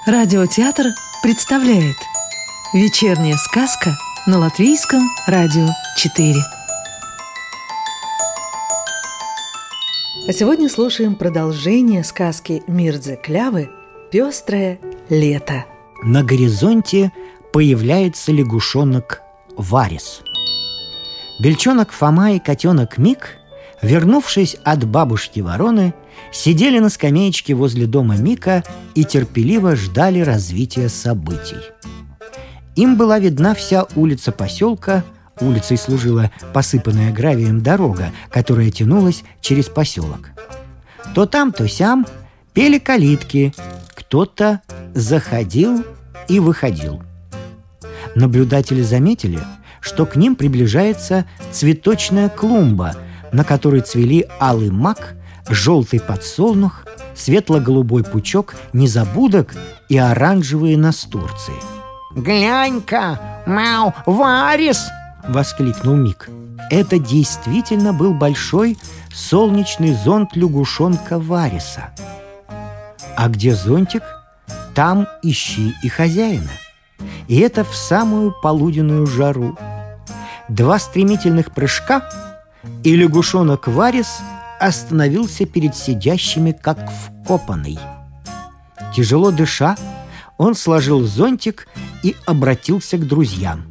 Радиотеатр представляет «Вечерняя сказка» на Латвийском радио 4. А сегодня слушаем продолжение сказки Мирдзе Клявы «Пестрое лето». На горизонте появляется лягушонок Варис. Бельчонок Фома и котенок Мик, вернувшись от бабушки Вороны, сидели на скамеечке возле дома Мика и терпеливо ждали развития событий. Им была видна вся улица поселка, улицей служила посыпанная гравием дорога, которая тянулась через поселок. То там, то сям пели калитки, кто-то заходил и выходил. Наблюдатели заметили, что к ним приближается цветочная клумба, на которой цвели алый мак, желтый подсолнух, светло-голубой пучок незабудок и оранжевые настурции. «Глянь-ка, Мау, Варис!» — воскликнул Мик. Это действительно был большой солнечный зонт лягушонка Вариса. А где зонтик, там ищи и хозяина. И это в самую полуденную жару. 2 стремительных прыжка, и лягушонок Варис остановился перед сидящими, как вкопанный. Тяжело дыша, он сложил зонтик и обратился к друзьям.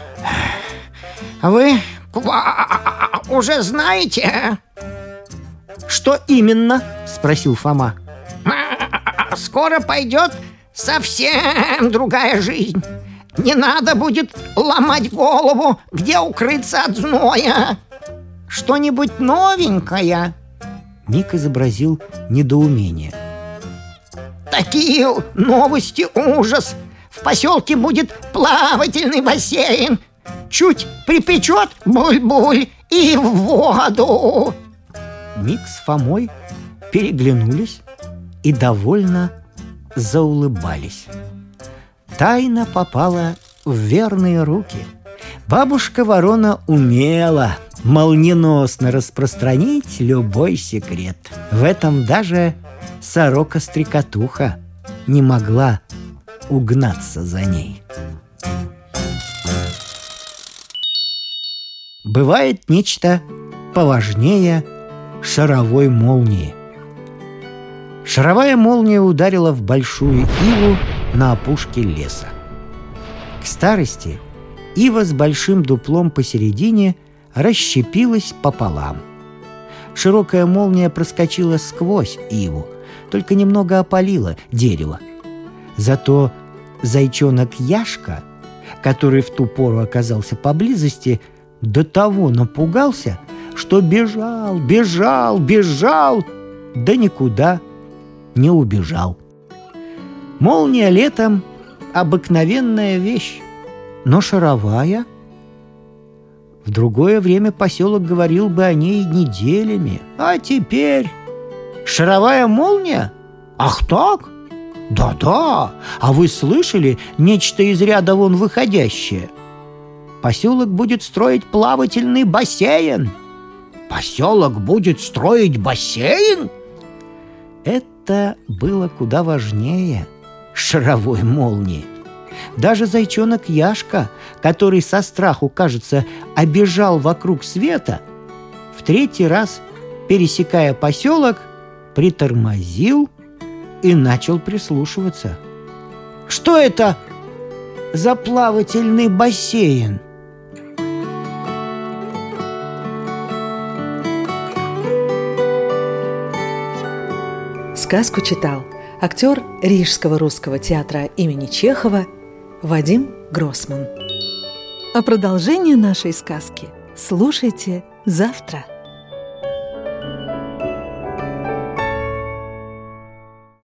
«Вы уже знаете?» «Что именно?» — спросил Фома. «Скоро пойдет совсем другая жизнь. Не надо будет ломать голову, где укрыться от зноя. Что-нибудь новенькое?» Мик изобразил недоумение. «Такие новости, ужас! В поселке будет плавательный бассейн. Чуть припечет буль-буль и в воду!» Мик с Фомой переглянулись и довольно заулыбались. Тайна попала в верные руки. Бабушка Ворона умела молниеносно распространить любой секрет. В этом даже сорока-стрекотуха не могла угнаться за ней. Бывает нечто поважнее шаровой молнии. Шаровая молния ударила в большую иву на опушке леса. К старости ива с большим дуплом посередине расщепилась пополам. Широкая молния проскочила сквозь иву, только немного опалила дерево. Зато зайчонок Яшка, который в ту пору оказался поблизости, до того напугался, что бежал, да никуда не убежал. Молния летом — обыкновенная вещь, но шаровая. В другое время поселок говорил бы о ней неделями. А теперь шаровая молния? Ах так? Да-да, а вы слышали нечто из ряда вон выходящее? Поселок будет строить плавательный бассейн. Поселок будет строить бассейн? Это было куда важнее шаровой молнии. Даже зайчонок Яшка, который со страху, кажется, обежал вокруг света, в 3-й раз, пересекая поселок, притормозил и начал прислушиваться. Что это за плавательный бассейн? Сказку читал актер Рижского русского театра имени Чехова Вадим Гроссман. А продолжение нашей сказки слушайте завтра.